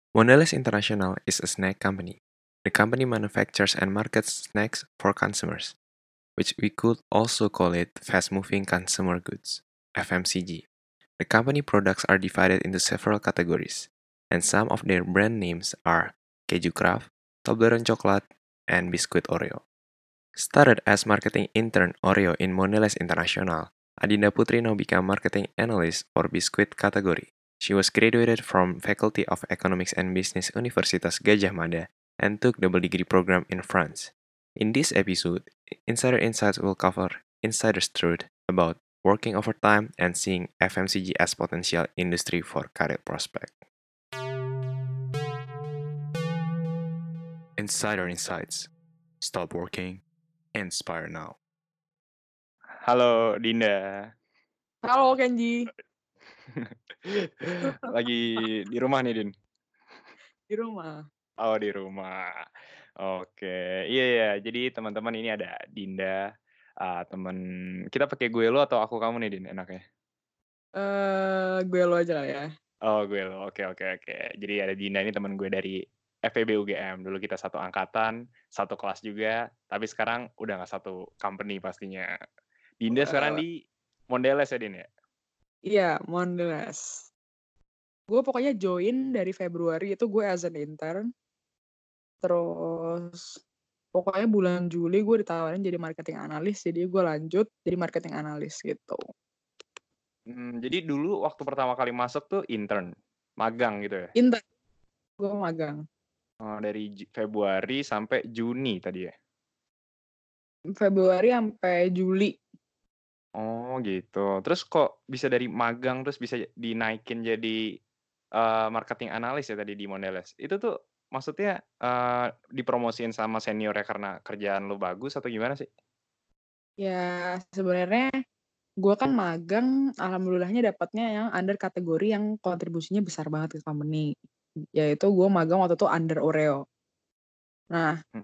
Mondelez International is a snack company. The company manufactures and markets snacks for consumers, which we could also call it fast-moving consumer goods, FMCG. The company products are divided into several categories, and some of their brand names are Keju Craft, Toblerone Chocolate, and Biscuit Oreo. Started as marketing intern Oreo in Mondelez International, Adinda Putri now became marketing analyst for Biscuit category. She was graduated from Faculty of Economics and Business Universitas Gadjah Mada and took double degree program in France. In this episode, Insider Insights will cover insider's truth about working overtime and seeing FMCG as potential industry for career prospect. Insider Insights. Stop working. Inspire now. Halo Dinda. Halo Kenji, Lagi di rumah nih, Din? di rumah. Oh, di rumah. Oke. Iya. Jadi teman-teman ini ada Dinda, temen kita pakai gue lo atau aku kamu nih, Din, enaknya? Gue lo aja lah ya. Oh, gue lo. Oke. Jadi ada Dinda ini teman gue dari FEB UGM. Dulu kita satu angkatan, satu kelas juga, tapi sekarang udah nggak satu company pastinya. Dinda sekarang di Mondelez ya, Din ya? Iya, Mondelez. Gue pokoknya join dari Februari itu gue as an intern. Terus pokoknya bulan Juli gue ditawarin jadi marketing analis, jadi gue lanjut jadi marketing analis gitu. Jadi dulu waktu pertama kali masuk tuh intern, magang gitu ya? Intern, gue magang. Dari Februari sampai Juni tadi ya? Februari sampai Juli. Oh gitu. Terus kok bisa dari magang terus bisa dinaikin jadi marketing analis ya tadi di Mondelez? Itu tuh maksudnya dipromosiin sama seniornya karena kerjaan lu bagus atau gimana sih? Ya sebenarnya gue kan magang, alhamdulillahnya dapatnya yang under kategori yang kontribusinya besar banget ke company. Yaitu gue magang waktu itu under Oreo. Nah, Hmm.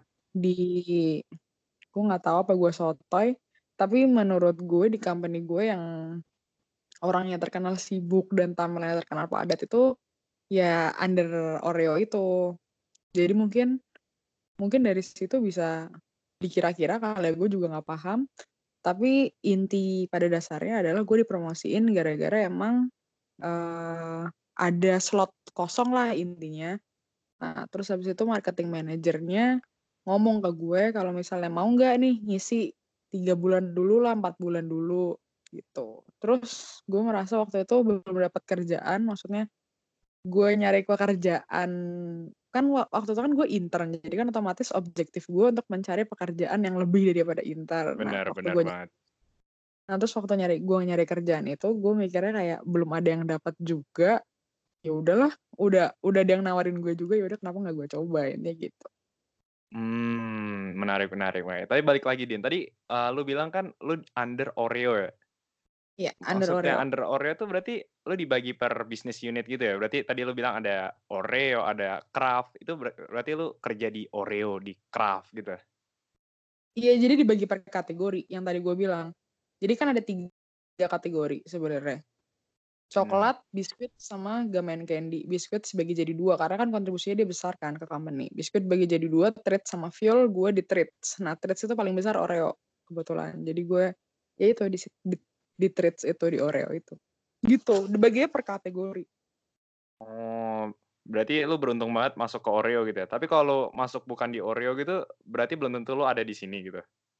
gue nggak tahu apa gue sotoy, tapi menurut gue di company gue yang orangnya terkenal sibuk dan tampilnya terkenal padat itu ya under Oreo itu. Jadi mungkin dari situ bisa dikira-kira kali gue juga nggak paham. Tapi inti pada dasarnya adalah gue dipromosiin gara-gara emang ada slot kosong lah intinya. Nah, terus habis itu marketing manajernya ngomong ke gue kalau misalnya mau nggak nih ngisi 3 bulan dulu lah, 4 bulan dulu gitu. Terus gue merasa waktu itu belum dapat kerjaan, maksudnya gue nyari pekerjaan kan waktu itu kan gue intern, jadi kan otomatis objektif gue untuk mencari pekerjaan yang lebih daripada intern. Benar banget. Terus waktu gue nyari kerjaan itu gue mikirnya kayak belum ada yang dapat juga. Ya udahlah, udah ada yang nawarin gue juga, ya udah kenapa nggak gue cobain ya gitu. Menarik. Tapi balik lagi, Din. Tadi lu bilang kan lu under Oreo ya? Iya, under Maksudnya Oreo. under Oreo tuh berarti lu dibagi per business unit gitu ya? Berarti tadi lu bilang ada Oreo, ada Kraft. Itu berarti lu kerja di Oreo, di Kraft gitu? Iya, jadi dibagi per kategori yang tadi gue bilang. Jadi kan ada 3 kategori sebenarnya. Coklat, biskuit, sama gum and candy. Biskuit sebagai jadi 2 karena kan kontribusinya dia besar kan ke company. Biskuit bagi jadi 2, treats sama fuel, gue di treats. Nah, treats itu paling besar Oreo kebetulan. Jadi gue ya itu di treats itu di Oreo itu. Gitu, dibaginya per kategori. Oh, berarti lu beruntung banget masuk ke Oreo gitu ya? Tapi kalau masuk bukan di Oreo gitu, berarti belum tentu lu ada di sini gitu?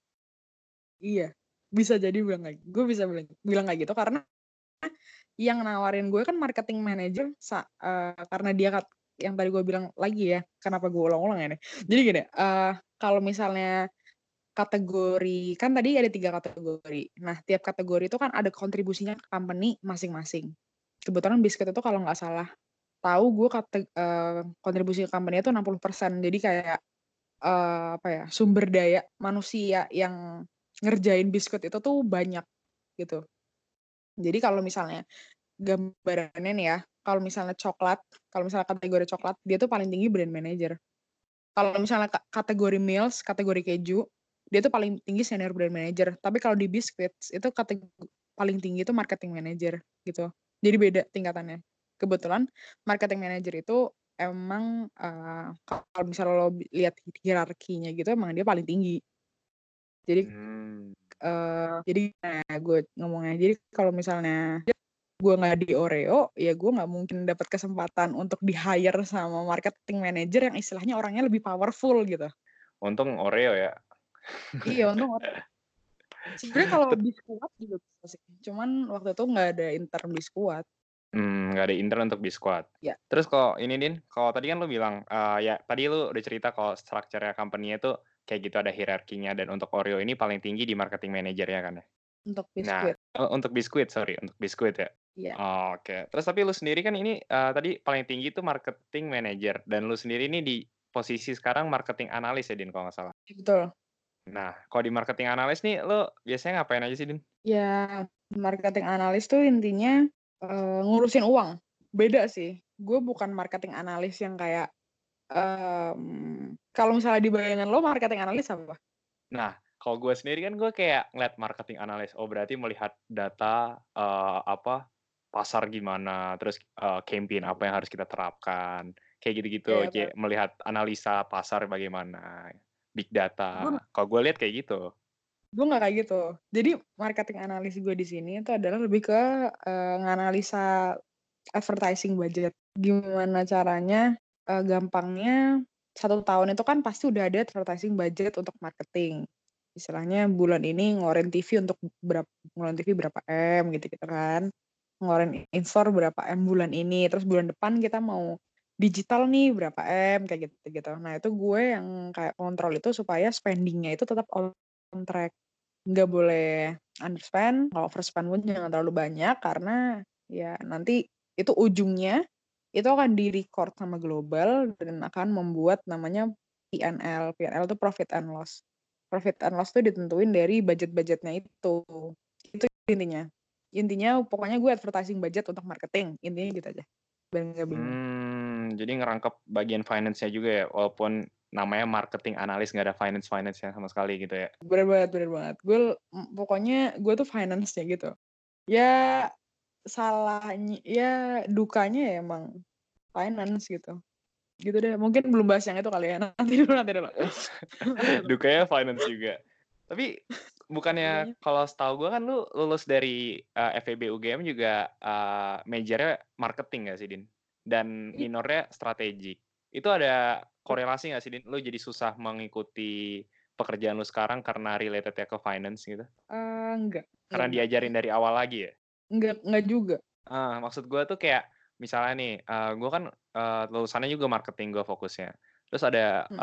Iya, bisa jadi gue bisa bilang kayak gitu karena yang nawarin gue kan marketing manager karena dia yang tadi gue bilang lagi ya, kenapa gue ulang-ulang ya nih. Jadi gini, kalau misalnya kategori, kan tadi ada 3 kategori. Nah, tiap kategori itu kan ada kontribusinya ke company masing-masing. Kebetulan biskuit itu kalau nggak salah tahu gue kontribusi ke company itu 60%. Jadi kayak apa ya, sumber daya manusia yang ngerjain biskuit itu tuh banyak gitu. Jadi kalau misalnya gambarannya nih ya, kalau misalnya kategori coklat, dia tuh paling tinggi brand manager. Kalau misalnya kategori meals, kategori keju, dia tuh paling tinggi senior brand manager. Tapi kalau di biscuits itu paling tinggi itu marketing manager gitu. Jadi beda tingkatannya. Kebetulan marketing manager itu emang kalau misalnya lo lihat hierarkinya gitu emang dia paling tinggi. Jadi Hmm. jadi gue ngomongnya, jadi kalau misalnya gue nggak di Oreo, ya gue nggak mungkin dapat kesempatan untuk di-hire sama marketing manager yang istilahnya orangnya lebih powerful gitu. Untung Oreo ya. Iya, untung Oreo. Sebenarnya kalau Biskuat juga bisa sih. Cuman waktu itu nggak ada intern Biskuat. Nggak ada intern untuk Biskuat. Ya, Terus kalau ini Din, kalau tadi kan lu bilang, ya tadi lu udah cerita kalau structure-nya company-nya itu kayak gitu ada hierarkinya dan untuk Oreo ini paling tinggi di marketing manager ya kan ya? untuk Nah, Biskuit. untuk untuk biskuit ya? Iya, Oh, oke. Terus tapi lu sendiri kan ini, tadi paling tinggi itu marketing manager dan lu sendiri ini di posisi sekarang marketing analis ya Din kalau nggak salah? betul. Nah, kalau di marketing analis nih lu biasanya ngapain aja sih Din? Ya, marketing analis tuh intinya ngurusin uang. Beda sih. Gue bukan marketing analis yang kayak kalau misalnya di bayangan lo marketing analis apa? Nah, kalau gue sendiri kan gue kayak ngeliat marketing analis, oh berarti melihat data, pasar gimana, terus, campaign apa yang harus kita terapkan, kayak gitu-gitu, Iya, kayak melihat analisa pasar bagaimana, big gue data. Kalau gue lihat kayak gitu. nggak kayak gitu. Jadi marketing analis gue di sini itu adalah lebih ke nganalisa advertising budget. Gimana caranya, gampangnya 1 tahun itu kan pasti udah ada advertising budget untuk marketing. Istilahnya bulan ini ngeluarin ngeluarin TV berapa M gitu-gitu kan. Ngeluarin in-store berapa M bulan ini, terus bulan depan kita mau digital nih berapa M, kayak gitu-gitu. Nah itu gue yang kayak kontrol itu supaya spending-nya itu tetap on track. Nggak boleh underspend, kalau overspend pun jangan terlalu banyak karena ya nanti itu ujungnya itu akan di-record sama global dan akan membuat namanya P&L. P&L itu profit and loss. Profit and loss itu ditentuin dari budget-budgetnya itu. Itu intinya. Intinya pokoknya gue advertising budget untuk marketing. Intinya gitu aja. Biar nggak bingung. Jadi ngerangkep bagian finance-nya juga ya, walaupun namanya marketing analis nggak ada finance-nya sama sekali gitu ya? Bener banget, bener banget. Pokoknya gue tuh finance-nya gitu. Ya dukanya ya emang finance gitu. Gitu deh. Mungkin belum bahas yang itu kali ya. Nanti dulu. Dukanya finance juga. Tapi bukannya Dukanya. kalau setahu gue kan lu lulus dari FEB UGM juga majornya marketing nggak sih Din? Dan Ih, minornya strategik. Itu ada korelasi nggak sih Din? Lu jadi susah mengikuti pekerjaan lu sekarang karena relatednya ke finance gitu? enggak, Karena enggak. diajarin dari awal lagi ya? Enggak juga. Maksud gue tuh kayak misalnya nih, gue kan lulusannya juga marketing gue fokusnya. Terus Hmm.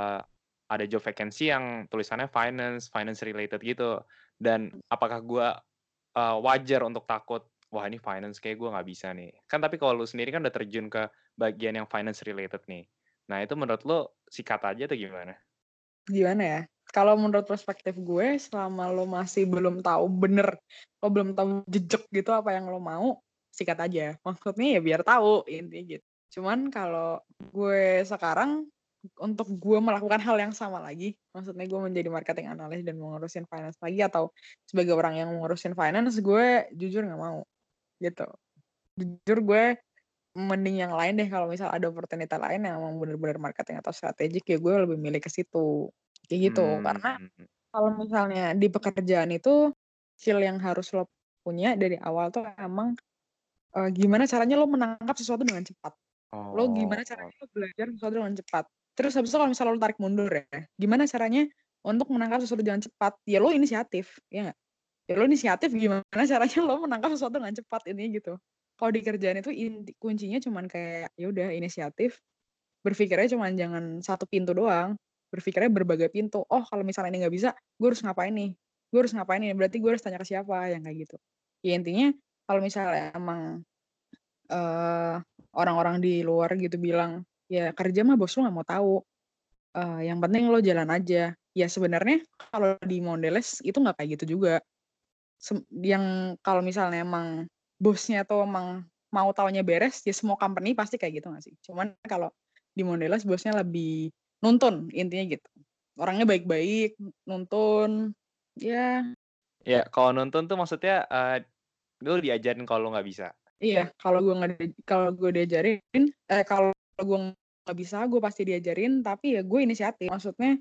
ada job vacancy yang tulisannya finance related gitu. Dan apakah gue wajar untuk takut, wah ini finance kayak gue nggak bisa nih. Kan tapi kalau lu sendiri kan udah terjun ke bagian yang finance related nih. Nah itu menurut lu sikat aja atau gimana? Gimana ya? Kalau menurut perspektif gue, selama lo masih belum tahu bener, lo belum tahu jejak gitu apa yang lo mau, sikat aja. Maksudnya ya biar tahu, intinya gitu. Cuman kalau gue sekarang, untuk gue melakukan hal yang sama lagi, maksudnya gue menjadi marketing analis dan mengurusin finance lagi, atau sebagai orang yang mengurusin finance, gue jujur nggak mau, gitu. Jujur gue mending yang lain deh, kalau misal ada opportunity lain yang emang bener-bener marketing atau strategik, ya gue lebih milih ke situ. Kayak gitu. Karena Hmm. kalau misalnya di pekerjaan itu, skill yang harus lo punya dari awal tuh emang gimana caranya lo menangkap sesuatu dengan cepat. Lo Oh. gimana caranya lo belajar sesuatu dengan cepat. Terus habis itu kalau misalnya lo tarik mundur ya, gimana caranya untuk menangkap sesuatu dengan cepat? Ya lo inisiatif, ya nggak? Ya lo inisiatif, gimana caranya lo menangkap sesuatu dengan cepat, intinya gitu. Kalau di kerjaan itu kuncinya cuman kayak ya udah inisiatif, berpikirnya cuman jangan satu pintu doang, berpikirnya berbagai pintu. Oh kalau misalnya ini nggak bisa, gue harus ngapain nih? Gue harus ngapain nih? Berarti gue harus tanya ke siapa, yang kayak gitu. Ya intinya kalau misalnya emang eh, orang-orang di luar gitu bilang, ya kerja mah bos lo nggak mau tahu. Yang penting lo jalan aja. Ya sebenarnya kalau di Mondelez itu nggak kayak gitu juga. Yang kalau misalnya emang bosnya tuh emang mau taunya beres, ya semua company pasti kayak gitu nggak sih? Cuman kalau di Mondelez bosnya lebih nuntun, intinya gitu. Orangnya baik-baik, nuntun, ya Ya kalau nonton tuh maksudnya lu diajarin kalau lu nggak bisa? iya. Kalau gue diajarin, kalau gue nggak bisa, gue pasti diajarin, tapi ya gue inisiatif. Maksudnya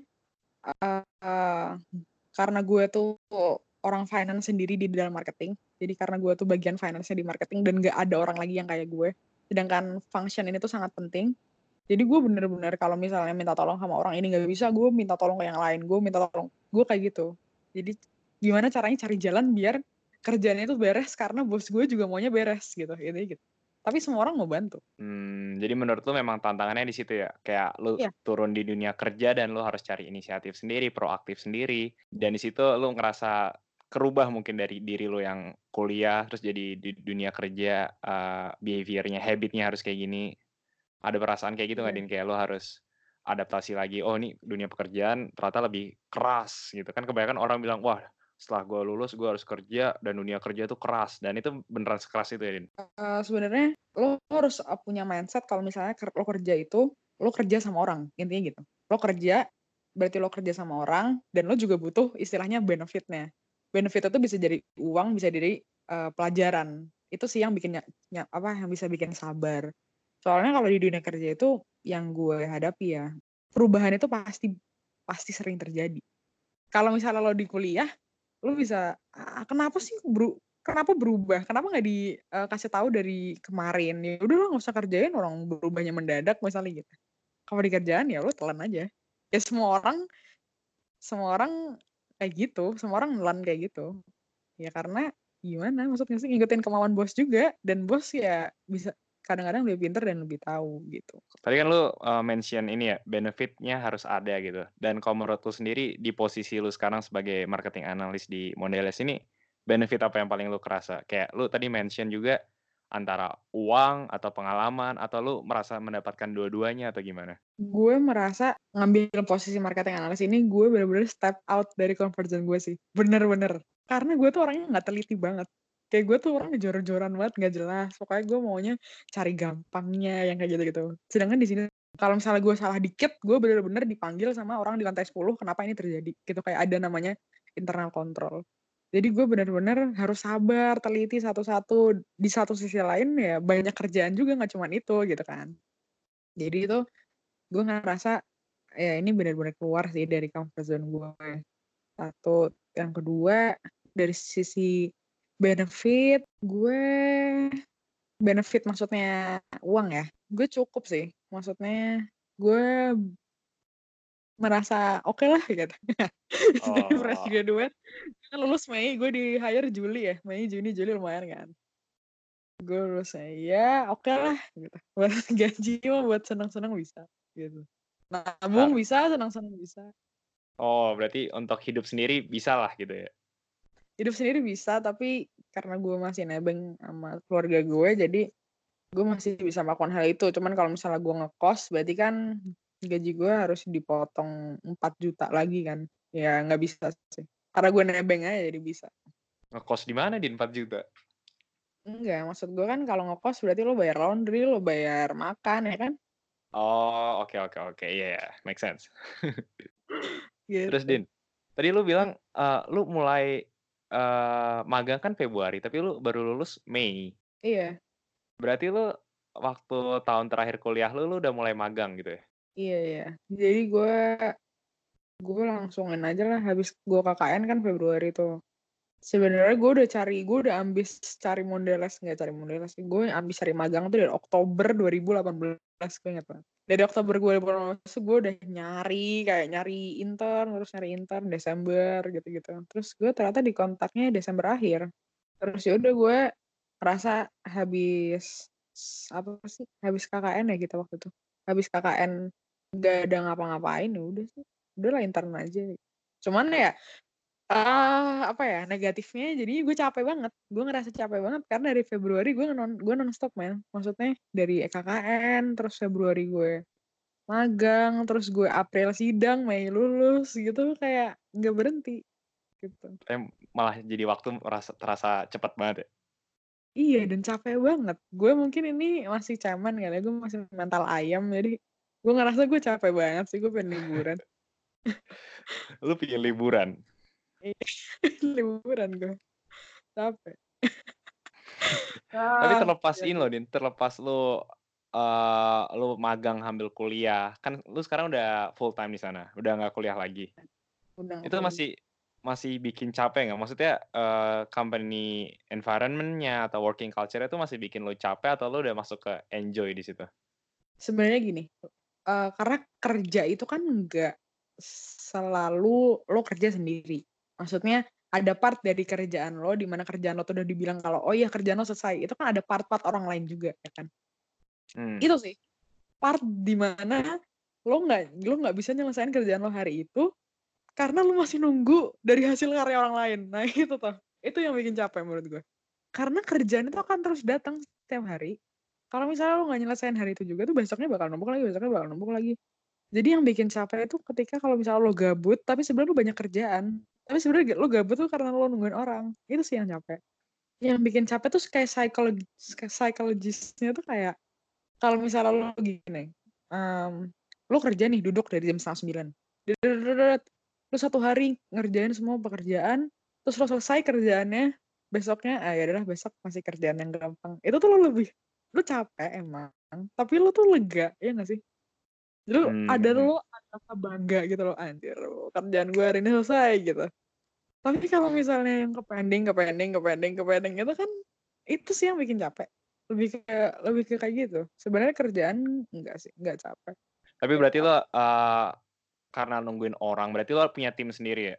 eh, karena gue tuh orang finance sendiri di dalam marketing, jadi karena gue tuh bagian finance-nya di marketing dan gak ada orang lagi yang kayak gue. Sedangkan function ini tuh sangat penting. Jadi gue bener-bener kalau misalnya minta tolong sama orang ini nggak bisa, gue minta tolong ke yang lain, gue minta tolong, gue kayak gitu. Jadi gimana caranya cari jalan biar kerjaannya itu beres karena bos gue juga maunya beres gitu, gitu. Tapi semua orang mau bantu. Jadi menurut lu memang tantangannya di situ ya? Kayak lu Iya, turun di dunia kerja dan lu harus cari inisiatif sendiri, proaktif sendiri, dan di situ lu ngerasa kerubah mungkin dari diri lu yang kuliah, terus jadi di dunia kerja, behavior-nya, habit-nya harus kayak gini. Ada perasaan kayak gitu nggak, iya. Din? Kayak lu harus adaptasi lagi, "Oh, ini dunia pekerjaan ternyata lebih keras," gitu. Kan kebanyakan orang bilang, "Wah, setelah gue lulus, gue harus kerja, dan dunia kerja itu keras." Dan itu beneran sekeras itu ya, Din? Sebenarnya lo harus punya mindset kalau misalnya lo kerja itu lo kerja sama orang, intinya gitu. Lo kerja berarti lo kerja sama orang dan lo juga butuh istilahnya benefitnya. Benefit itu bisa jadi uang, bisa jadi pelajaran. Itu sih yang bikin yang bisa bikin sabar. Soalnya kalau di dunia kerja itu yang gue hadapi ya, perubahan itu pasti pasti sering terjadi. Kalau misalnya lo di kuliah, lo bisa kenapa sih kenapa berubah? Kenapa nggak dikasih tahu dari kemarin? Ya udah lo nggak usah kerjain, orang berubahnya mendadak misalnya gitu. Kalau di kerjaan ya lo telan aja. Ya semua orang kayak gitu, semua orang nelan kayak gitu. Ya karena gimana? Maksudnya sih ngikutin kemauan bos juga dan bos ya bisa kadang-kadang lebih pintar dan lebih tahu gitu. Tadi kan lu, mention ini ya, benefit-nya harus ada gitu. Dan kalau menurut lu sendiri, di posisi lu sekarang sebagai marketing analyst di Mondelez ini, benefit apa yang paling lu kerasa? Kayak lu tadi mention juga antara uang atau pengalaman, atau lu merasa mendapatkan dua-duanya atau gimana? Gue merasa ngambil posisi marketing analyst ini gue bener-bener step out dari comfort zone gue sih. Bener-bener. Karena gue tuh orangnya nggak teliti banget. Kayak gue tuh orangnya jor-joran banget, nggak jelas. Pokoknya gue maunya cari gampangnya yang kayak gitu-gitu. Sedangkan di sini kalau misalnya gue salah dikit, gue bener-bener dipanggil sama orang di lantai 10, kenapa ini terjadi? Gitu kayak ada namanya internal control. Jadi gue bener-bener harus sabar, teliti satu-satu. Di satu sisi lain ya banyak kerjaan juga nggak cuma itu gitu kan. Jadi itu gue ngerasa ya ini benar-benar keluar sih dari comfort zone gue. Satu, yang kedua dari sisi benefit gue maksudnya uang ya. Gue cukup sih. Maksudnya gue merasa oke lah gitu. Jadi fresh Oh, graduate, kan lulus Mei, gue di hire Juli ya. Mei, Juni, Juli lumayan kan. Gue lulusnya ya oke lah gitu. Buat gaji mah buat senang-senang bisa gitu. Nabung tar bisa, senang-senang bisa. berarti untuk hidup sendiri bisa lah gitu ya? Hidup sendiri bisa, tapi karena gue masih nebeng sama keluarga gue, jadi gue masih bisa melakukan hal itu. Cuman kalau misalnya gue ngekos, berarti kan gaji gue harus dipotong 4 juta lagi kan. Ya nggak bisa sih. Karena gue nebeng aja jadi bisa. Ngekos di mana, Din, 4 juta? Enggak, maksud gue kan kalau ngekos berarti lo bayar laundry, lo bayar makan ya kan? Oh, oke oke oke, iya iya, make sense. Terus, Gitu. Din, tadi lu bilang, lu mulai, magang kan Februari, tapi lu baru lulus Mei. Iya, Berarti lu waktu tahun terakhir kuliah lu udah mulai magang gitu ya? iya, iya. Jadi gue langsungin aja lah habis gue KKN kan Februari tuh. Sebenarnya gue udah ambis cari Mondelez, nggak cari Mondelez sih. Gue ambis cari magang tuh dari Oktober 2018, gue ingat banget. Dari Oktober 2018 gue udah nyari intern, terus nyari intern Desember gitu-gitu. Terus gue ternyata di kontaknya Desember akhir. Terus ya udah gue ngerasa habis apa sih? Habis KKN ya gitu waktu itu. Habis KKN nggak ada ngapa-ngapain ya udah sih. Udah lah intern aja. Cuman ya apa ya, negatifnya jadi gue capek banget. Gue ngerasa capek banget karena dari Februari gue nonstop men. Maksudnya dari KKN, terus Februari gue magang, terus gue April sidang, Mei lulus gitu kayak nggak berhenti gitu. Malah jadi waktu terasa cepet banget ya? Iya dan capek banget. Gue mungkin ini masih cemen kali ya, gue masih mental ayam jadi gue ngerasa gue capek banget sih, gue pengen liburan. Lu pengen liburan? Iya, liburan gue, capek. Tapi Ah, terlepas ya, ini loh, Din, terlepas lu, lu magang sambil kuliah, kan lu sekarang udah full time di sana, udah nggak kuliah lagi. Udah nggak Itu kuliah. masih bikin capek nggak? Maksudnya, company environment-nya atau working culture-nya itu masih bikin lu capek atau lu udah masuk ke enjoy di situ? Sebenarnya gini, karena kerja itu kan nggak selalu lo kerja sendiri. Maksudnya ada part dari kerjaan lo, di mana kerjaan lo tuh udah dibilang kalau, "Oh iya kerjaan lo selesai." Itu kan ada part-part orang lain juga, ya kan. Hmm. Itu sih, part di mana lo nggak bisa nyelesain kerjaan lo hari itu, karena lo masih nunggu dari hasil karya orang lain. Nah itu tuh, itu yang bikin capek menurut gue. Karena kerjaan itu akan terus datang setiap hari. Kalau misalnya lo nggak nyelesain hari itu juga tuh besoknya bakal numpuk lagi, besoknya bakal numpuk lagi. Jadi yang bikin capek itu ketika kalau misalnya lo gabut, tapi sebenarnya lo banyak kerjaan. Tapi sebenarnya lo gabut tuh karena lo nungguin orang. Itu sih yang capek. Yang bikin capek tuh kayak psikologisnya tuh kayak kalau misalnya lo gini, lo kerja nih duduk dari jam 8:30. Dudut, lo satu hari ngerjain semua pekerjaan, terus lo selesai kerjaannya, besoknya, ya udahlah besok masih kerjaan yang gampang. Itu tuh lo capek emang, tapi lo tuh lega, ya nggak sih? Lu ada Mhm. rasa bangga gitu loh, "Anjir kerjaan gue hari ini selesai," gitu. Tapi kalau misalnya yang ke pending itu kan, itu sih yang bikin capek. Lebih ke kayak gitu. Sebenarnya kerjaan enggak sih, enggak capek. Tapi Kayak berarti lo, karena nungguin orang, berarti lo punya tim sendiri ya?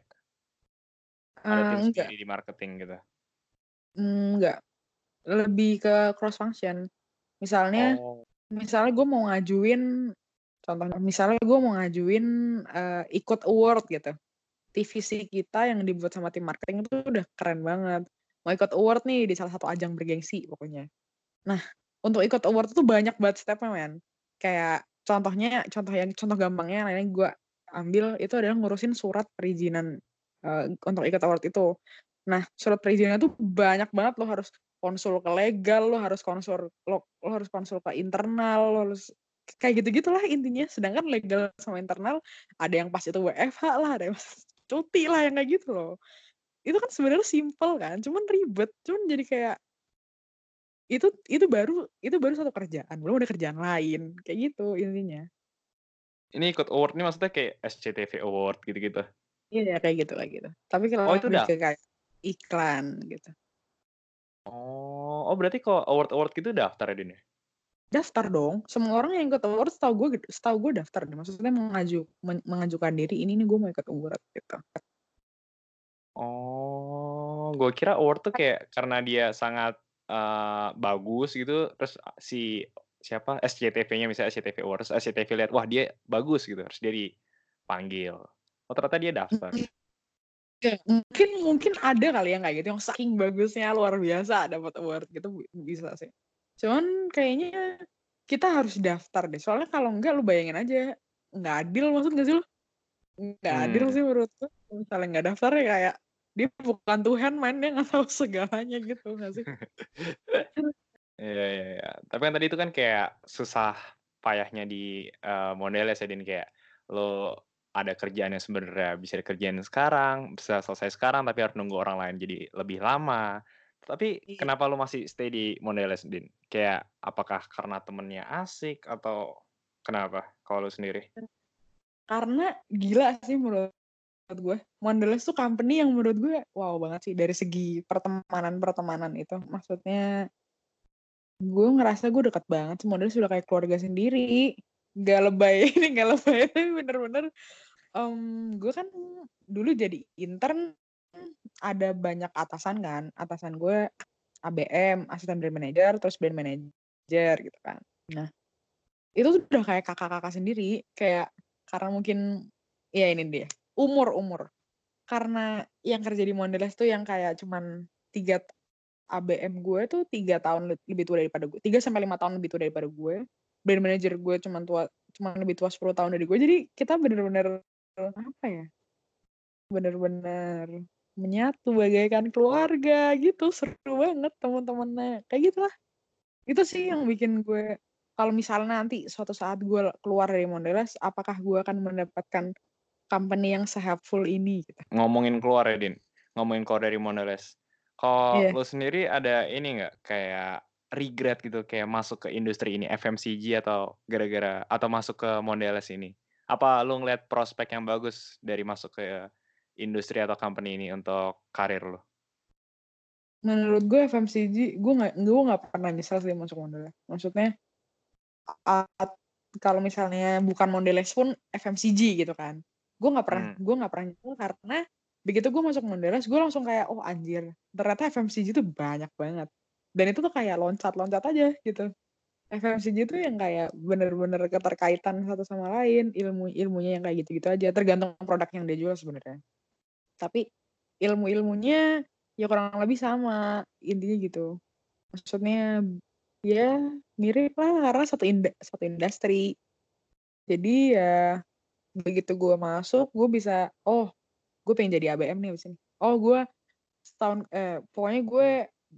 Ada tim enggak, sendiri di marketing gitu? enggak. Lebih ke cross function. Misalnya Oh. misalnya gue mau ngajuin contohnya, misalnya gue mau ngajuin, ikut award gitu. TVC kita yang dibuat sama tim marketing itu udah keren banget. Mau ikut award nih di salah satu ajang bergengsi pokoknya. Nah, untuk ikut award itu banyak banget step-nya men. Kayak contoh gampangnya yang gue ambil itu adalah ngurusin surat perizinan untuk ikut award itu. Nah, surat perizinan itu banyak banget, lo harus konsul ke legal, lo harus konsul ke internal, lo harus kayak gitu-gitulah intinya. Sedangkan legal sama internal ada yang pas itu WFH lah, ada yang pas cuti lah, yang kayak gitu loh. Itu kan sebenarnya simple kan, cuman ribet, cuman jadi kayak itu baru satu kerjaan, belum ada kerjaan lain, kayak gitu intinya. Ini ikut award nih maksudnya kayak SCTV Award gitu-gitu? Iya kayak gitu. Tapi kalau Oh itu lebih udah? ke kayak iklan gitu. Oh berarti kalau award-award gitu daftar ya, Din, ya? Daftar dong, semua orang yang ikut award setahu gue daftar deh, maksudnya mengajukan diri, "Ini nih gue mau ikut award," gitu. Oh, gue kira award tuh kayak karena dia sangat, bagus gitu, terus si siapa, SCTV-nya misalnya SCTV Awards, SCTV lihat, wah dia bagus gitu, terus dia dipanggil. Oh ternyata dia daftar. Kayak mungkin ada kali yang kayak gitu, yang saking bagusnya luar biasa dapat award gitu, bisa sih. Cuman kayaknya kita harus daftar deh, soalnya kalau enggak lu bayangin aja, nggak adil maksud nggak sih lu? Nggak adil Hmm. sih menurutku, kalau misalnya nggak daftar ya kayak dia bukan Tuhan men, dia nggak tahu segalanya gitu nggak sih? Iya iya iya. Tapi kan tadi itu kan kayak susah payahnya di, Mondelez ya, Din, kayak lo ada kerjaan yang sebenarnya bisa dikerjain sekarang, bisa selesai sekarang, tapi harus nunggu orang lain jadi lebih lama. Tapi Iya. kenapa lo masih stay di Mondelez, Din? Kayak apakah karena temennya asik atau kenapa kalau lo sendiri? Karena gila sih menurut gue, Mondelez tuh company yang menurut gue wow banget sih dari segi pertemanan itu. Maksudnya gue ngerasa gue deket banget sih, Mondelez udah kayak keluarga sendiri. Gak lebay ini gak lebay, tapi bener-bener gue kan dulu jadi intern, ada banyak atasan kan. Atasan gue ABM, asisten brand manager, terus brand manager gitu kan. Nah, itu tuh udah kayak kakak-kakak sendiri, kayak karena mungkin ya ini dia, umur. Karena yang kerja di Mondelez tuh yang kayak cuman 3 ABM gue tuh 3 tahun lebih tua daripada gue, 3 sampai 5 tahun lebih tua daripada gue. Brand manager gue cuman lebih tua 10 tahun dari gue. Jadi kita bener-bener apa ya, bener-bener menyatu bagaikan keluarga gitu, seru banget teman-temannya, kayak gitulah. Itu sih yang bikin gue kalau misalnya nanti suatu saat gue keluar dari Mondelez, apakah gue akan mendapatkan company yang se-helpful ini gitu. Ngomongin keluar ya, Din, ngomongin keluar dari Mondelez. Kalau Iya. lo sendiri ada ini nggak, kayak regret gitu kayak masuk ke industri ini FMCG atau gara-gara atau masuk ke Mondelez ini? Apa lu ngeliat prospek yang bagus dari masuk ke industri atau company ini untuk karir lu? Menurut gue FMCG, gue nggak pernah nyesel sih masuk Mondelez. Maksudnya uh, kalau misalnya bukan Mondelez pun FMCG gitu kan. Hmm. Gue nggak pernah nyesel karena begitu gue masuk Mondelez, gue langsung kayak oh anjir, ternyata FMCG itu banyak banget. Dan itu tuh kayak loncat-loncat aja gitu. FMCG itu yang kayak bener-bener keterkaitan satu sama lain, ilmunya yang kayak gitu-gitu aja, tergantung produk yang dia jual sebenarnya. Tapi ilmunya ya kurang lebih sama intinya gitu. Maksudnya ya mirip lah karena satu industri. Jadi ya begitu gue masuk, gue bisa gue pengen jadi ABM nih abis ini. Gue pokoknya gue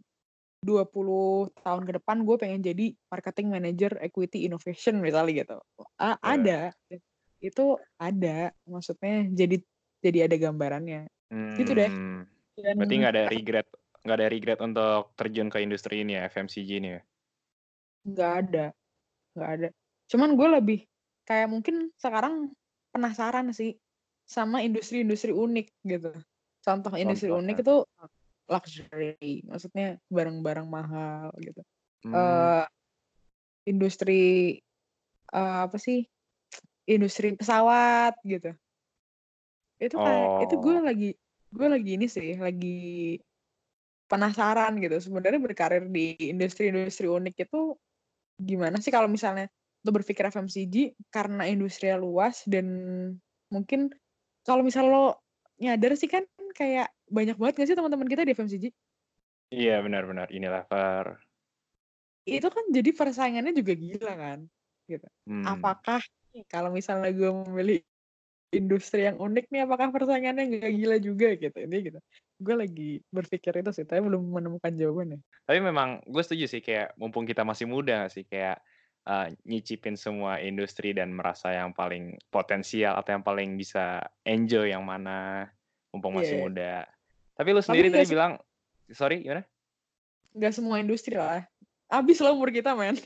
20 tahun ke depan gue pengen jadi marketing manager equity innovation misalnya gitu. Iya. Ada. Itu ada. Maksudnya jadi ada gambarannya. Gitu deh. Hmm. Berarti Dan nggak ada regret untuk terjun ke industri ini ya, FMCG ini ya? nggak ada. Nggak ada. Cuman gue lebih kayak mungkin sekarang penasaran sih sama industri-industri unik gitu. Contoh industri unik Contohnya. itu luxury, maksudnya barang-barang mahal gitu. Hmm. Eh industri apa sih? Industri pesawat gitu. Itu kayak itu Oh. gue lagi ini sih, lagi penasaran gitu. Sebenarnya berkarir di industri-industri unik itu gimana sih kalau misalnya lo berpikir FMCG karena industrinya luas dan mungkin kalau misal lo nyadar sih kan kayak banyak banget gak sih teman-teman kita di FMCG? Iya benar-benar inilah Itu kan jadi persaingannya juga gila kan, gitu. Hmm. Apakah kalau misalnya gue memilih industri yang unik nih, apakah persaingannya nggak gila juga gitu? Ini gitu. Gue lagi berpikir itu sih, tapi belum menemukan jawabannya. Tapi memang gue setuju sih kayak mumpung kita masih muda nggak sih kayak nyicipin semua industri dan merasa yang paling potensial atau yang paling bisa enjoy yang mana mumpung Iya, masih iya. muda. Tapi lu Tapi sendiri tadi bilang sorry gimana? nggak semua industri lah. Abis lah umur kita, men.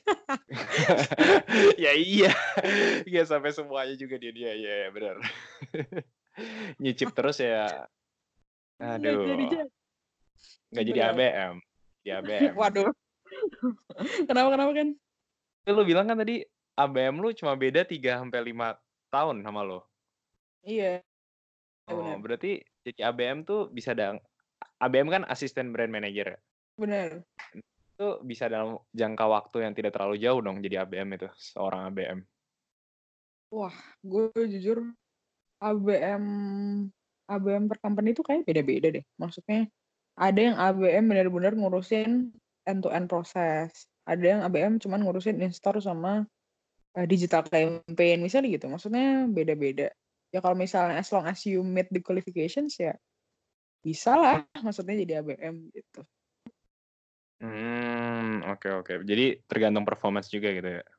Ya iya. Iya sampai semuanya juga dia ya benar. Nyicip terus ya. Nggak jadi Aduh, jadi. nggak jadi Benar. ABM. Di ABM. Waduh. Kenapa kan? Tapi lu bilang kan tadi ABM lu cuma beda 3 sampai 5 tahun sama lo. Iya, Oh, benar. berarti jadi ABM tuh bisa ABM kan asisten brand manager ya? Benar. Itu bisa dalam jangka waktu yang tidak terlalu jauh dong jadi ABM itu, seorang ABM. Wah, gue jujur ABM ABM per company itu kayak beda-beda deh. Maksudnya ada yang ABM benar-benar ngurusin end-to-end proses. Ada yang ABM cuman ngurusin in-store sama digital campaign misalnya gitu. Maksudnya beda-beda. Ya kalau misalnya as long as you meet the qualifications ya bisa lah maksudnya jadi ABM gitu. Oke oke. Jadi tergantung performance juga gitu ya?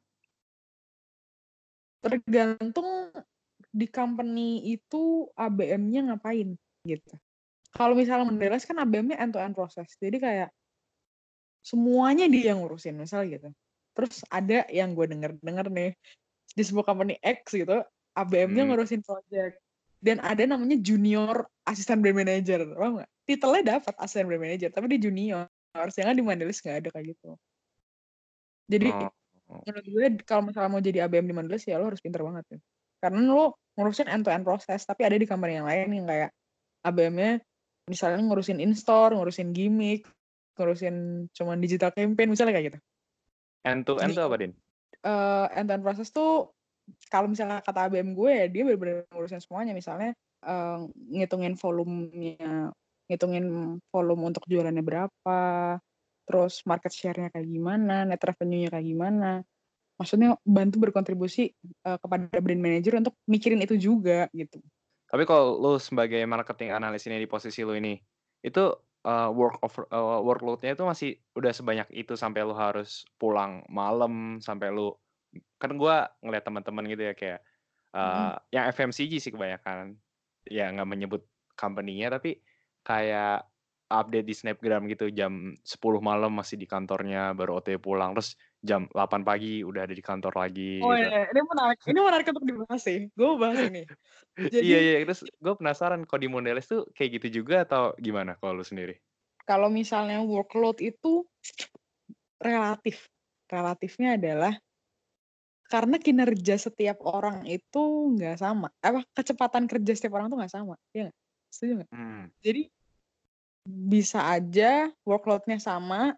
Tergantung di company itu ABM-nya ngapain gitu. Kalau misalnya Menderes kan ABM-nya end-to-end proses. Jadi kayak semuanya dia yang ngurusin misal gitu. Terus ada yang gue denger nih di sebuah company X gitu, ABM-nya Mmm, ngurusin project. Dan ada namanya junior asisten brand manager, paham nggak? Titelnya dapat asisten brand manager, tapi dia junior. Sedangkan di Mandelis nggak ada kayak gitu. Jadi oh, menurut gue kalau misalnya mau jadi ABM di Mandelis ya lo harus pinter banget ya. Karena lo ngurusin end-to-end proses, tapi ada di company yang lain yang kayak ABM-nya misalnya ngurusin in-store, ngurusin gimmick, ngurusin cuman digital campaign, misalnya kayak gitu. end to end Di tuh apa, Din? end-to-end proses tuh kalau misalnya kata ABM gue ya dia benar-benar ngurusin semuanya. Misalnya ngitungin volumenya, ngitungin volume untuk jualannya berapa, terus market share-nya kayak gimana, net revenue-nya kayak gimana. Maksudnya bantu berkontribusi kepada brand manager untuk mikirin itu juga gitu. Tapi kalau lu sebagai marketing analis ini di posisi lu ini, itu, workload-nya itu masih udah sebanyak itu sampai lu harus pulang malam, sampai lu kan gua ngeliat teman-teman gitu ya kayak, Mm-mm. yang FMCG sih kebanyakan, ya nggak menyebut company-nya tapi kayak, update di Snapgram gitu jam 10 malam masih di kantornya, baru OTW pulang, terus jam 8 pagi udah ada di kantor lagi Oh gitu. iya, ini menarik untuk dibahas sih. Gue mau bahas ini. Iya, Jadi iya, terus gue penasaran kalau di Mondelez tuh kayak gitu juga atau gimana kalau lu sendiri? kalau misalnya workload itu relatif. Relatifnya adalah karena kinerja setiap orang itu nggak sama. Kecepatan kerja setiap orang tuh nggak sama. Iya nggak? Setuju nggak? Hmm. Jadi bisa aja workload-nya sama,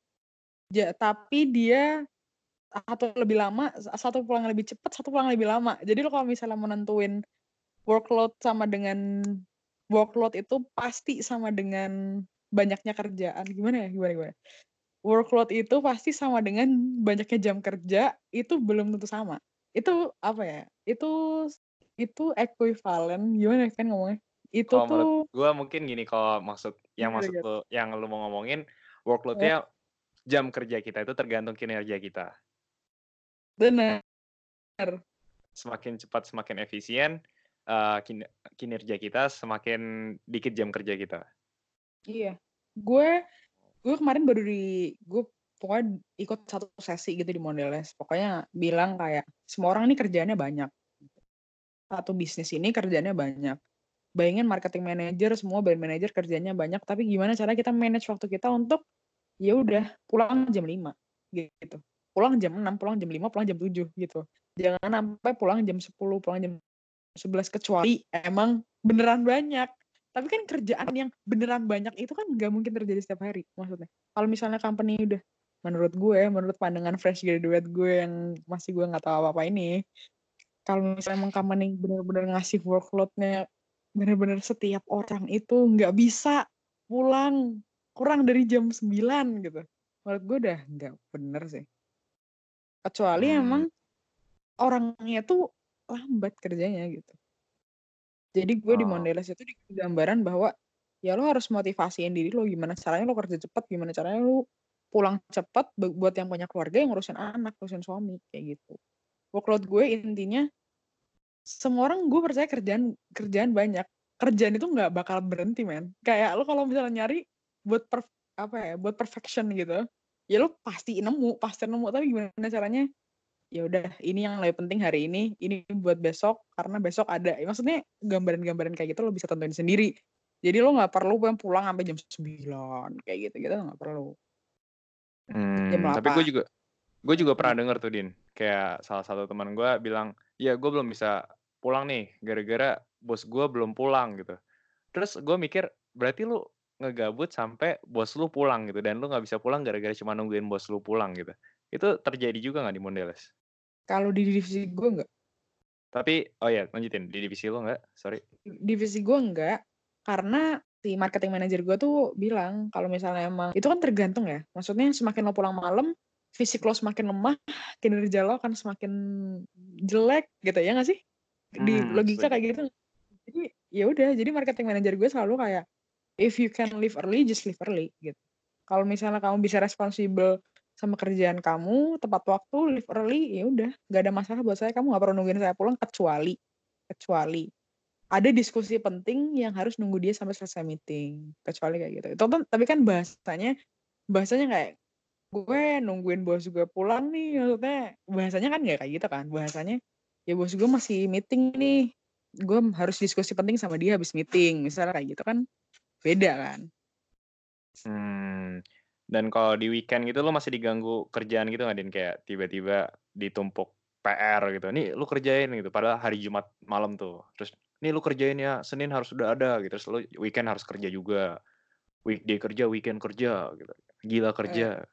tapi dia satu lebih lama, satu pulang lebih cepat, satu pulang lebih lama. Jadi lo kalau misalnya menentuin workload sama dengan workload itu pasti sama dengan banyaknya kerjaan. Gimana ya? Gimana? Workload itu pasti sama dengan banyaknya jam kerja, itu belum tentu sama. Itu apa ya? Itu equivalent, gimana ya kan ngomongnya? Itu Kalau menurut tuh gue mungkin gini, kalau gimana maksud gitu? yang lu mau ngomongin Eh, workload-nya jam kerja kita itu tergantung kinerja kita. Bener. Semakin cepat, semakin efisien, kinerja kita, semakin dikit jam kerja kita. Iya. Gue kemarin gue pokoknya ikut satu sesi gitu di Mondelez. Pokoknya bilang kayak semua orang ini kerjaannya banyak. Satu bisnis ini kerjaannya banyak. Bayangin marketing manager, semua brand manager kerjanya banyak, tapi gimana cara kita manage waktu kita untuk ya udah pulang jam 5 gitu. Pulang jam 6, pulang jam 5, pulang jam 7 gitu. Jangan sampai pulang jam 10, pulang jam 11 kecuali emang beneran banyak. Tapi kan kerjaan yang beneran banyak itu kan nggak mungkin terjadi setiap hari maksudnya. Kalau misalnya company udah menurut pandangan fresh graduate gue yang masih gue nggak tahu apa-apa ini, kalau misalnya emang company bener-bener ngasih workload-nya bener-bener setiap orang itu nggak bisa pulang kurang dari jam 9 gitu. Menurut gue udah nggak bener sih. Kecuali Hmm. emang orangnya tuh lambat kerjanya gitu. Jadi gue di Oh. Mondelez itu dikasih gambaran bahwa ya lo harus motivasiin diri lo gimana caranya lo kerja cepat, gimana caranya lo pulang cepat buat yang punya keluarga yang ngurusin anak, ngurusin suami kayak gitu. Workload gue intinya semua orang gue percaya kerjaan banyak. Kerjaan itu nggak bakal berhenti, men. Kayak lo kalau misalnya nyari buat perfection gitu, ya lo pasti nemu. Tapi gimana caranya? Ya udah, ini yang lebih penting hari ini buat besok karena besok ada. Ya, maksudnya gambaran-gambaran kayak gitu lo bisa tentuin sendiri. Jadi lo nggak perlu pulang sampai jam 9 kayak gitu nggak perlu. Jam Tapi gue 8. juga pernah Gitu. denger tuh, Din, kayak salah satu teman gue bilang, "Ya gue belum bisa pulang nih, gara-gara bos gue belum pulang," gitu. Terus gue mikir, berarti lu ngegabut sampai bos lu pulang gitu, dan lu nggak bisa pulang gara-gara cuma nungguin bos lu pulang gitu. Itu terjadi juga nggak di Mondelez? Kalau di divisi gue nggak. Tapi oh ya, lanjutin, di divisi lu nggak? Sorry. Divisi gue enggak, karena si marketing manager gue tuh bilang kalau misalnya emang itu kan tergantung ya. Maksudnya semakin lo pulang malam, fisik lo semakin lemah, kinerja lo akan semakin jelek gitu ya nggak sih? Di logika Setuju. kayak gitu. Jadi ya udah, jadi marketing manager gue selalu kayak if you can leave early, just leave early gitu. Kalau misalnya kamu bisa responsibel sama kerjaan kamu, tepat waktu, leave early, ya udah, nggak ada masalah buat saya. Kamu nggak perlu nungguin saya pulang kecuali ada diskusi penting yang harus nunggu dia sampai selesai meeting, kecuali kayak gitu. Itu kan, tapi kan bahasanya kayak gue nungguin bos gue pulang nih, maksudnya bahasanya kan nggak kayak gitu kan. Bahasanya ya bos gue masih meeting nih, gue harus diskusi penting sama dia habis meeting, misalnya kayak gitu kan beda kan. Hmm. Dan kalau di weekend gitu lu masih diganggu kerjaan gitu nggak, Din? Kayak tiba-tiba ditumpuk PR gitu, "Nih lu kerjain," gitu, padahal hari Jumat malam tuh. Terus, "Nih lu kerjain ya, Senin harus udah ada," gitu. Terus lu weekend harus kerja juga. Weekday kerja, weekend kerja gitu. Gila Eh, kerja.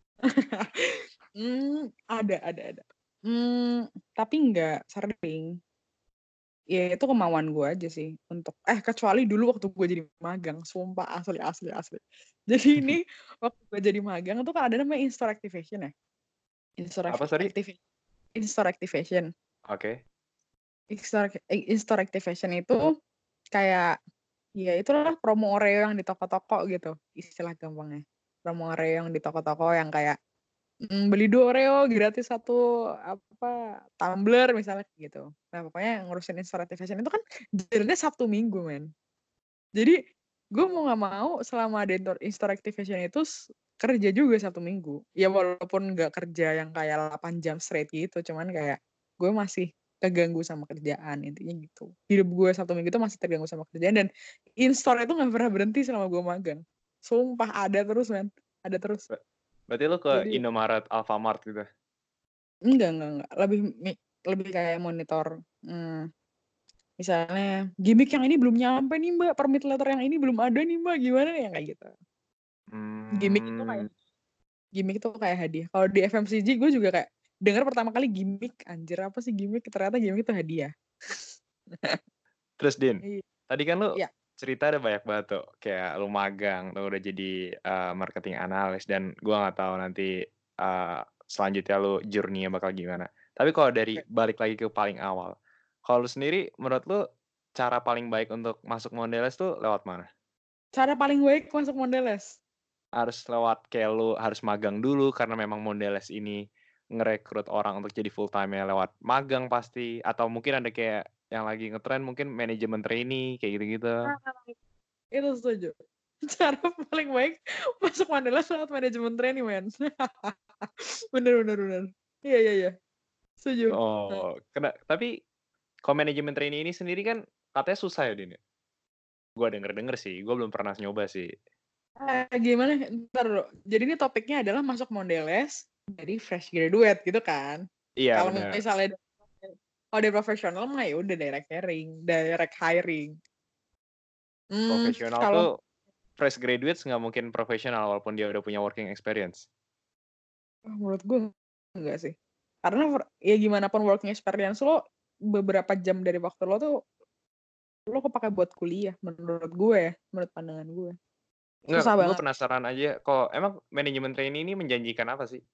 ada. Tapi nggak sering. Ya itu kemauan gue aja sih untuk kecuali dulu waktu gue jadi magang, sumpah asli. Jadi ini waktu gue jadi magang tuh kan ada namanya in-store activation ya. Apa, sorry? In-store activation. Oke. In-store activation itu kayak ya itulah promo Oreo yang di toko-toko gitu, istilah gampangnya. Promo Oreo yang di toko-toko yang kayak beli 2 Oreo gratis 1 tumbler misalnya gitu. Nah, pokoknya ngurusin in-store activation itu kan jadinya Sabtu Minggu, men. Jadi gue mau nggak mau selama ada in-store activation itu kerja juga Sabtu Minggu. Ya walaupun nggak kerja yang kayak 8 jam straight gitu, cuman kayak gue masih keganggu sama kerjaan, intinya gitu. Hidup gue Sabtu Minggu itu masih terganggu sama kerjaan, dan in-store itu nggak pernah berhenti selama gue magang. Sumpah ada terus, men. Ada terus. Ber- Berarti lu ke Jadi Indomaret, Alfamart gitu. enggak. Lebih kayak monitor. Misalnya gimmick yang ini belum nyampe nih Mbak, permit letter yang ini belum ada nih Mbak, gimana nih, yang kayak gitu. Gimmick itu kayak Hmm. hadiah. Kalau di FMCG gue juga kayak dengar pertama kali gimmick, anjir apa sih gimmick? Ternyata gimmick itu hadiah. Terus Din, Iya. tadi kan lu Iya. cerita ada banyak banget tuh, kayak lu magang, lu udah jadi marketing analis, dan gua nggak tahu nanti selanjutnya lu journey-nya bakal gimana. Tapi kalau dari Oke. balik lagi ke paling awal, kalau lu sendiri menurut lu cara paling baik untuk masuk Mondelez tuh lewat mana? Cara paling baik masuk Mondelez. Harus lewat kayak lu harus magang dulu karena memang Mondelez ini ngerekrut orang untuk jadi full time-nya lewat magang pasti, atau mungkin ada kayak yang lagi ngetren mungkin manajemen trainee kayak gitu-gitu. Nah, itu setuju. Cara paling baik masuk Mondelez lewat manajemen training, men. Bener. Iya. Setuju. Oh, tapi kalau manajemen trainee ini sendiri kan katanya susah ya, Din, ya? Gua denger-denger sih, gua belum pernah nyoba sih. Gimana? Ntar dulu. Jadi ini topiknya adalah masuk Mondelez dari fresh graduate gitu kan. Iya, Kalau benar. misalnya kalau dari profesional mah ya udah direct hiring. Profesional Kalau tuh fresh graduates nggak mungkin profesional walaupun dia udah punya working experience. menurut gue enggak sih. Karena ya gimana pun working experience lo, beberapa jam dari waktu lo tuh lo kepake buat kuliah, menurut gue ya, menurut pandangan gue. Enggak, Susah gue banget. penasaran aja, kok emang manajemen trainee ini menjanjikan apa sih?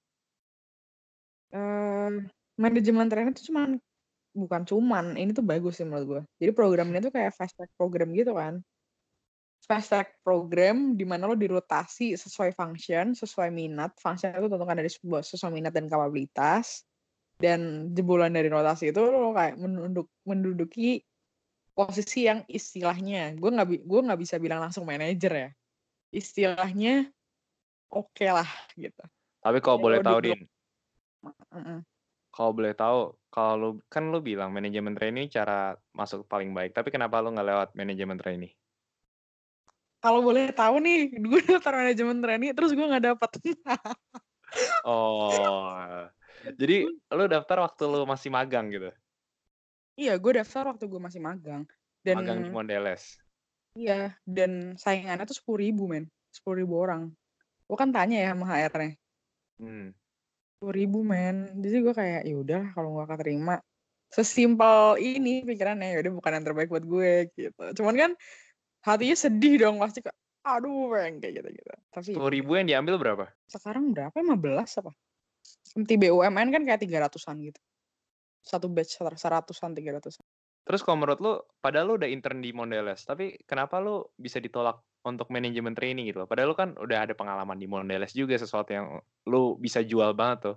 Manajemen trainee itu ini tuh bagus sih menurut gue. Jadi program ini tuh kayak fast track program gitu kan. Fast track program di mana lo dirotasi sesuai function, sesuai minat. Function itu tentukan dari sesuai minat dan kapabilitas. Dan jebolan dari rotasi itu lo kayak menduduki posisi yang istilahnya, gue nggak bisa bilang langsung manajer ya. Istilahnya oke lah gitu. Tapi kalau Ya, boleh lo tahu, Din, Mm-mm. kalau boleh tahu, kalau lu kan lu bilang manajemen trainee cara masuk paling baik, tapi kenapa lu nggak lewat manajemen trainee? Kalau boleh tahu nih, gue daftar manajemen trainee terus gue nggak dapet. Oh, jadi lu daftar waktu lu masih magang gitu, Iya, gue daftar waktu gue masih magang. Dan magang di Mondelez. iya, dan saingannya tuh 10.000 men, 10.000 orang. Gue kan tanya ya sama HR-nya, Hmm. 10.000 men. Jadi gue kayak ya udah kalau gak keterima, sesimpel ini pikirannya, ya udah bukan yang terbaik buat gue gitu. Cuman kan hatinya sedih dong pasti, kak, aduh pengen kayak gitu. Tapi ya 10.000 udah. yang diambil berapa? Sekarang berapa? 15 apa? Nanti BUMN kan kayak 300-an gitu. Satu batch 100-an, 300-an. Terus kalau menurut lu, padahal lu udah intern di Mondelez, tapi kenapa lu bisa ditolak untuk manajemen training gitu loh? Padahal lu kan udah ada pengalaman di Mondelez juga, sesuatu yang lu bisa jual banget tuh.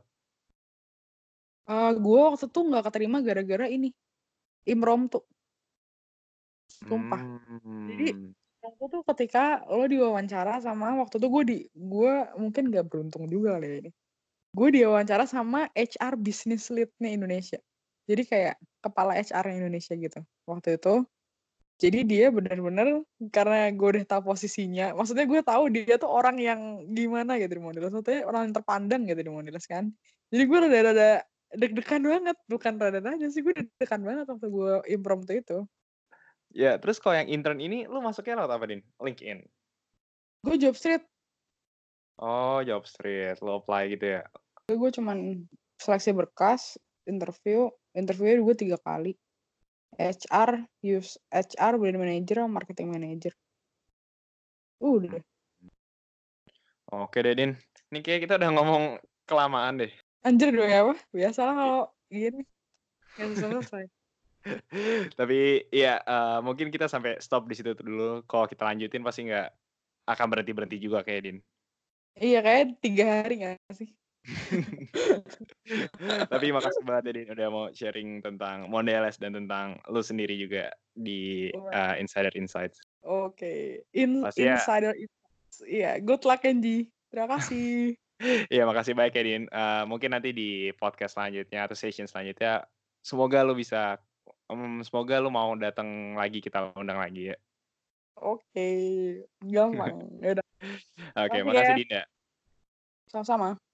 Gue waktu tuh nggak keterima gara-gara ini, impromptu, sumpah. Jadi Hmm. waktu tuh ketika lo diwawancara sama, waktu tuh gue mungkin gak beruntung juga kali ya ini. Gue diwawancara sama HR business lead-nya Indonesia. Jadi kayak kepala HR Indonesia gitu waktu itu. Jadi dia benar-benar, karena gue udah tahu posisinya, maksudnya gue tahu dia tuh orang yang gimana gitu di Mondelez, maksudnya orang yang terpandang gitu di Mondelez kan. Jadi gue rada-rada deg-degan banget, bukan rada-rada sih, gue deg-degan banget waktu gue impromptu itu. Ya, terus kalau yang intern ini, lu masuknya lewat apa, Din? LinkedIn? Gue job street, Oh, job street. Lu apply gitu ya? gue cuman seleksi berkas, interviewnya gue 3 kali. HR, brand manager, sama marketing manager. Udah. Oke deh, Din. Ini kayak kita udah ngomong kelamaan deh. Anjir dong ya, apa? Biasalah kalau gini. Gak selesai. Tapi ya mungkin kita sampai stop di situ dulu. Kalau kita lanjutin pasti nggak akan berhenti-berhenti juga kayak Din. Iya, kayak 3 hari gak sih? Tapi makasih banget ya Din udah mau sharing tentang Mondelez dan tentang lu sendiri juga. di Wah, Insider Insights. oke. Pasti ya. Insider Insights. Iya, good luck Kenji. Terima kasih. Iya, makasih banyak ya, Din. Mungkin nanti di podcast selanjutnya atau session selanjutnya, semoga lu bisa, semoga lu mau datang lagi, kita undang lagi ya. Oke, gampang. Ya udah. Oke, Makasih ya. makasih Din ya. Sama-sama.